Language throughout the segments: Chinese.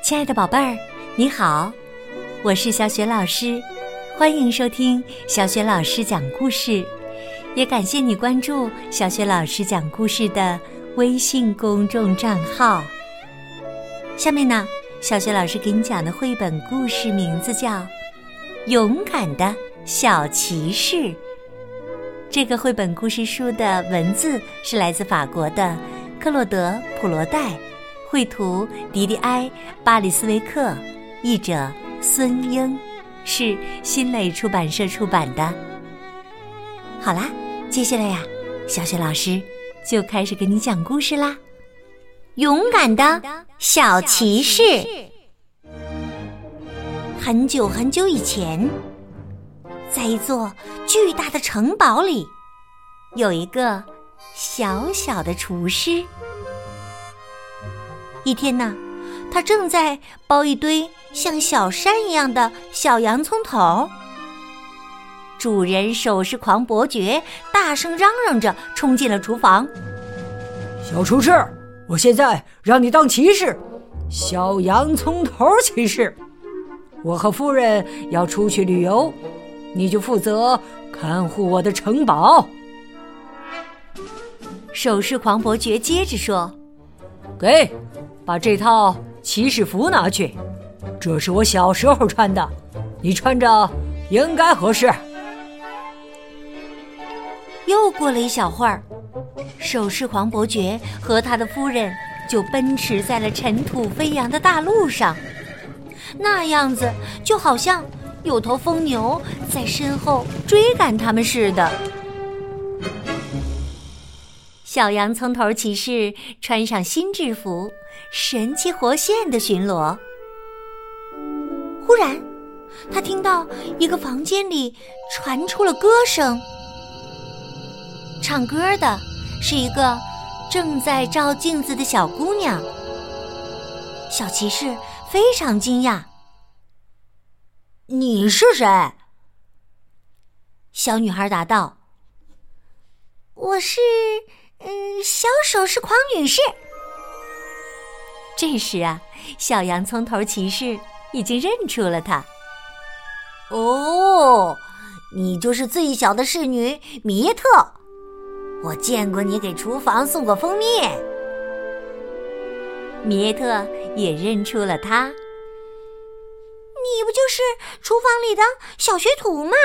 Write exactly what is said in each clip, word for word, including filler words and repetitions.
亲爱的宝贝儿，你好，我是小雪老师，欢迎收听小雪老师讲故事，也感谢你关注小雪老师讲故事的微信公众账号。下面呢，小雪老师给你讲的绘本故事名字叫《勇敢的小骑士》。这个绘本故事书的文字是来自法国的克洛德·普罗代，绘图迪迪埃·巴里斯维克，译者孙英，是新蕾出版社出版的。好啦，接下来呀，小雪老师就开始给你讲故事啦。勇敢的小骑士。很久很久以前，在一座巨大的城堡里，有一个小小的厨师。一天呢，他正在包一堆像小山一样的小洋葱头。主人手势狂伯爵大声嚷嚷着冲进了厨房。 小厨师，我现在让你当骑士，小洋葱头骑士。我和夫人要出去旅游，你就负责看护我的城堡。 手势狂伯爵接着说， 给，把这套骑士服拿去，这是我小时候穿的，你穿着应该合适。 又过了一小会儿，手势狂伯爵和他的夫人就奔驰在了尘土飞扬的大路上，那样子就好像有头疯牛在身后追赶他们似的。小洋葱头骑士穿上新制服，神气活现地巡逻。忽然，他听到一个房间里传出了歌声。唱歌的是一个正在照镜子的小姑娘。小骑士非常惊讶。你是谁？小女孩答道。我是嗯，小手势狂女士。这时啊，小洋葱头骑士已经认出了她。哦，你就是最小的侍女米耶特，我见过你给厨房送过蜂蜜。米耶特也认出了她。你不就是厨房里的小学徒吗？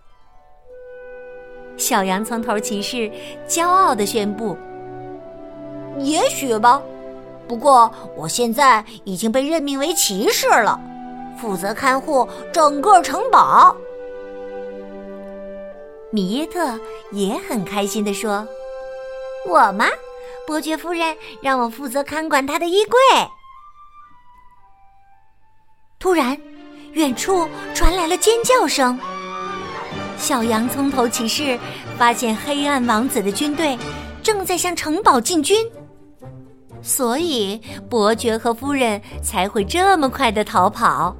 小洋葱头骑士骄傲地宣布。也许吧，不过我现在已经被任命为骑士了，负责看护整个城堡。米耶特也很开心地说，我吗？伯爵夫人让我负责看管她的衣柜。突然，远处传来了尖叫声。小洋葱头骑士发现黑暗王子的军队正在向城堡进军，所以伯爵和夫人才会这么快地逃跑。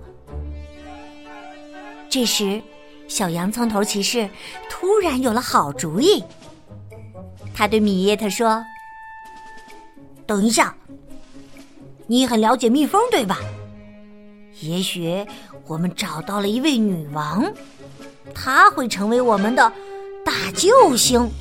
这时，小洋葱头骑士突然有了好主意。他对米耶特说，等一下，你很了解蜜蜂对吧？也许我们找到了一位女王，她会成为我们的大救星。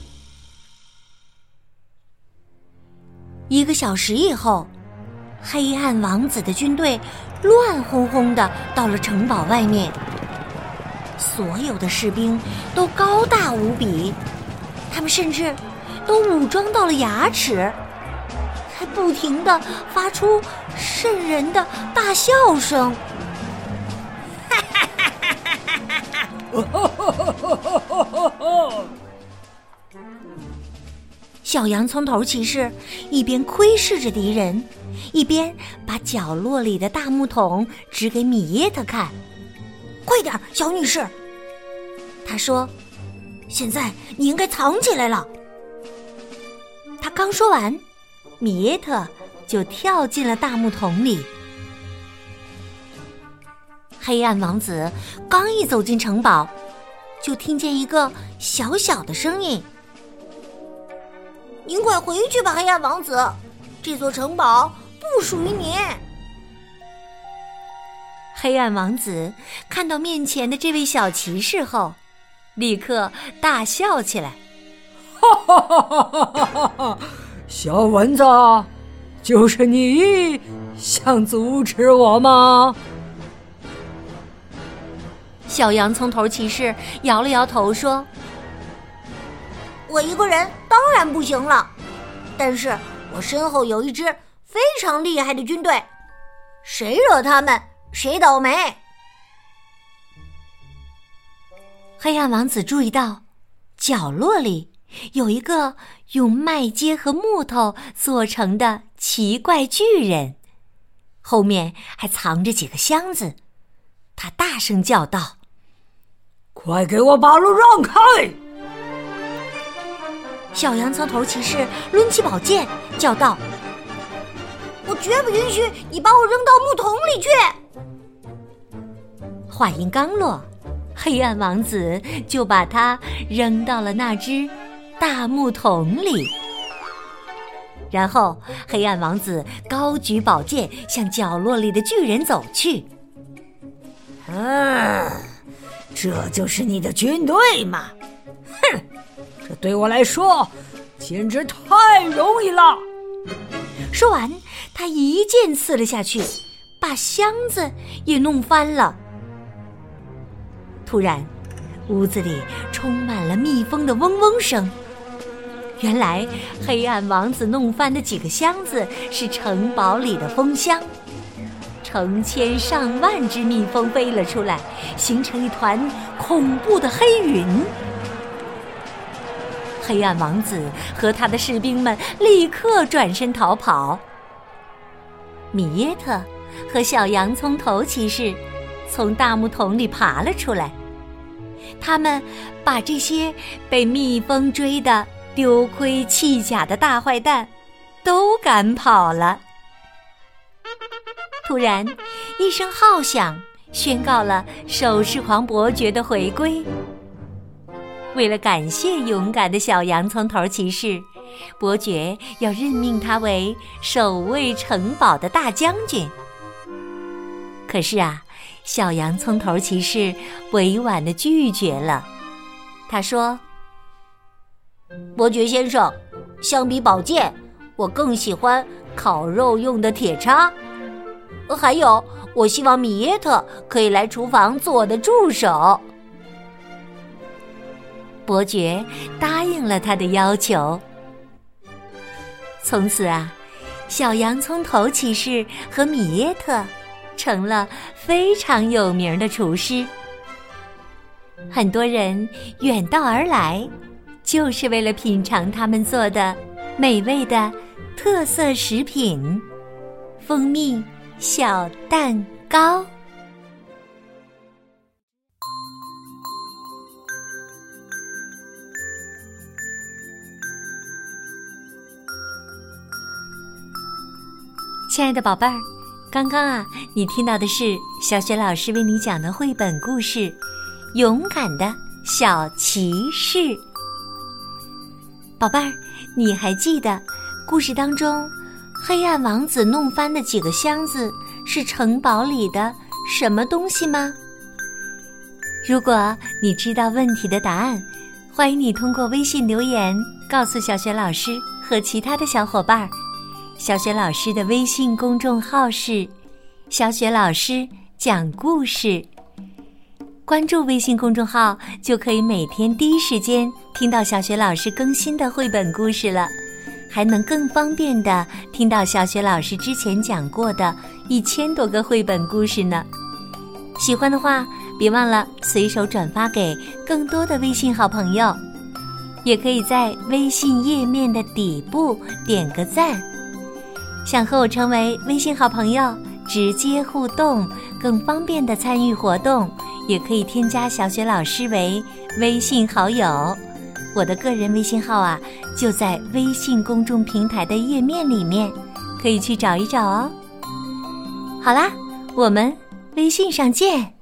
一个小时以后，黑暗王子的军队乱哄哄地到了城堡外面，所有的士兵都高大无比，他们甚至都武装到了牙齿，还不停地发出瘆人的大笑声。小洋葱头骑士一边窥视着敌人，一边把角落里的大木桶指给米耶特看。快点，小女士，他说，现在你应该藏起来了。他刚说完，米耶特就跳进了大木桶里。黑暗王子刚一走进城堡，就听见一个小小的声音，您快回去吧，黑暗王子，这座城堡不属于您。 黑暗王子看到面前的这位小骑士后，立刻大笑起来。 哈哈哈哈哈哈！小蚊子，就是你想阻止我吗？ 小洋葱头骑士摇了摇头说： 我一个人当然不行了，但是我身后有一支非常厉害的军队，谁惹他们谁倒霉。 黑暗王子注意到角落里有一个用麦秸和木头做成的奇怪巨人，后面还藏着几个箱子。他大声叫道： 快给我把路让开！ 小洋葱头骑士抡起宝剑叫道： 我绝不允许你把我扔到木桶里去！ 话音刚落，黑暗王子就把他扔到了那只大木桶里。然后黑暗王子高举宝剑向角落里的巨人走去。 嗯，这就是你的军队吗？哼，这对我来说简直太容易了。 说完，他一剑刺了下去，把箱子也弄翻了。突然，屋子里充满了蜜蜂的嗡嗡声。原来黑暗王子弄翻的几个箱子是城堡里的蜂箱，成千上万只蜜蜂飞了出来，形成一团恐怖的黑云。黑暗王子和他的士兵们立刻转身逃跑。米耶特和小洋葱头骑士从大木桶里爬了出来，他们把这些被蜜蜂追的丢盔弃甲的大坏蛋都赶跑了。突然，一声号响宣告了守视狂伯爵的回归。为了感谢勇敢的小洋葱头骑士，伯爵要任命他为守卫城堡的大将军。可是啊，小洋葱头骑士委婉地拒绝了。他说： 伯爵先生，相比宝剑，我更喜欢烤肉用的铁叉。还有，我希望米耶特可以来厨房做我的助手。 伯爵答应了他的要求。从此啊，小洋葱头骑士和米耶特成了非常有名的厨师。很多人远道而来，就是为了品尝他们做的美味的特色食品——蜂蜜小蛋糕。亲爱的宝贝儿，刚刚啊，你听到的是小雪老师为你讲的绘本故事《勇敢的小骑士》。宝贝儿，你还记得故事当中黑暗王子弄翻的几个箱子是城堡里的什么东西吗？如果你知道问题的答案，欢迎你通过微信留言告诉小雪老师和其他的小伙伴。小雪老师的微信公众号是小雪老师讲故事，关注微信公众号就可以每天第一时间听到小雪老师更新的绘本故事了，还能更方便地听到小雪老师之前讲过的一千多个绘本故事呢。喜欢的话，别忘了随手转发给更多的微信好朋友，也可以在微信页面的底部点个赞。想和我成为微信好朋友，直接互动，更方便的参与活动，也可以添加小雪老师为微信好友。我的个人微信号啊，就在微信公众平台的页面里面，可以去找一找哦。好啦，我们微信上见。